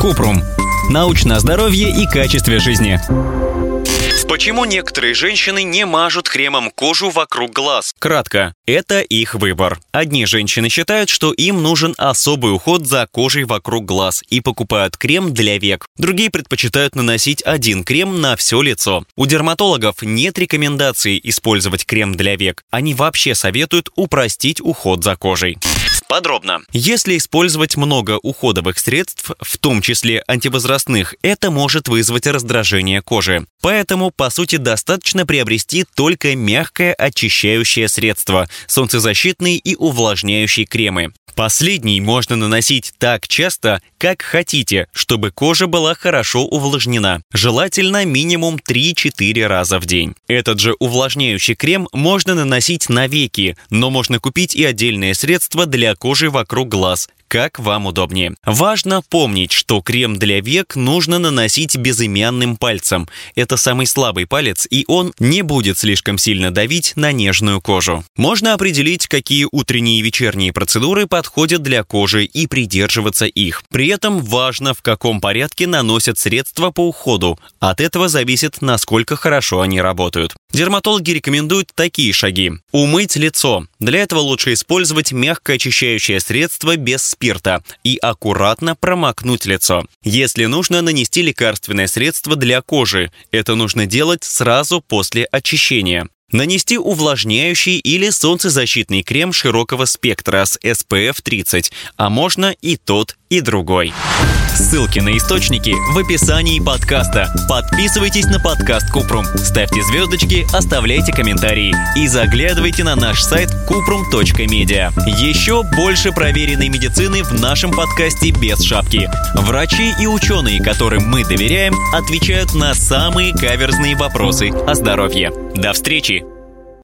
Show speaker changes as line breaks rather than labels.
Купрум. Научное здоровье и качестве жизни.
Почему некоторые женщины не мажут кремом кожу вокруг глаз? Кратко, это их выбор. Одни женщины считают, что им нужен особый уход за кожей вокруг глаз и покупают крем для век. Другие предпочитают наносить один крем на все лицо. У дерматологов нет рекомендации использовать крем для век. Они вообще советуют упростить уход за кожей. Подробно. Если использовать много уходовых средств, в том числе антивозрастных, это может вызвать раздражение кожи. Поэтому, по сути, достаточно приобрести только мягкое очищающее средство, солнцезащитные и увлажняющие кремы. Последний можно наносить так часто, как хотите, чтобы кожа была хорошо увлажнена. Желательно минимум 3-4 раза в день. Этот же увлажняющий крем можно наносить на веки, но можно купить и отдельное средство для кожи вокруг глаз, как вам удобнее. Важно помнить, что крем для век нужно наносить безымянным пальцем. Это самый слабый палец, и он не будет слишком сильно давить на нежную кожу. Можно определить, какие утренние и вечерние процедуры подходят для кожи и придерживаться их. При этом важно, в каком порядке наносят средства по уходу. От этого зависит, насколько хорошо они работают. Дерматологи рекомендуют такие шаги. Умыть лицо. Для этого лучше использовать мягкое очищающее средство без спирта и аккуратно промокнуть лицо. Если нужно, нанести лекарственное средство для кожи. Это нужно делать сразу после очищения. Нанести увлажняющий или солнцезащитный крем широкого спектра с SPF 30, а можно и тот, и другой. Ссылки на источники в описании подкаста. Подписывайтесь на подкаст Купрум, ставьте звездочки, оставляйте комментарии и заглядывайте на наш сайт kuprum.media. Еще больше проверенной медицины в нашем подкасте без шапки. Врачи и ученые, которым мы доверяем, отвечают на самые каверзные вопросы о здоровье. До встречи!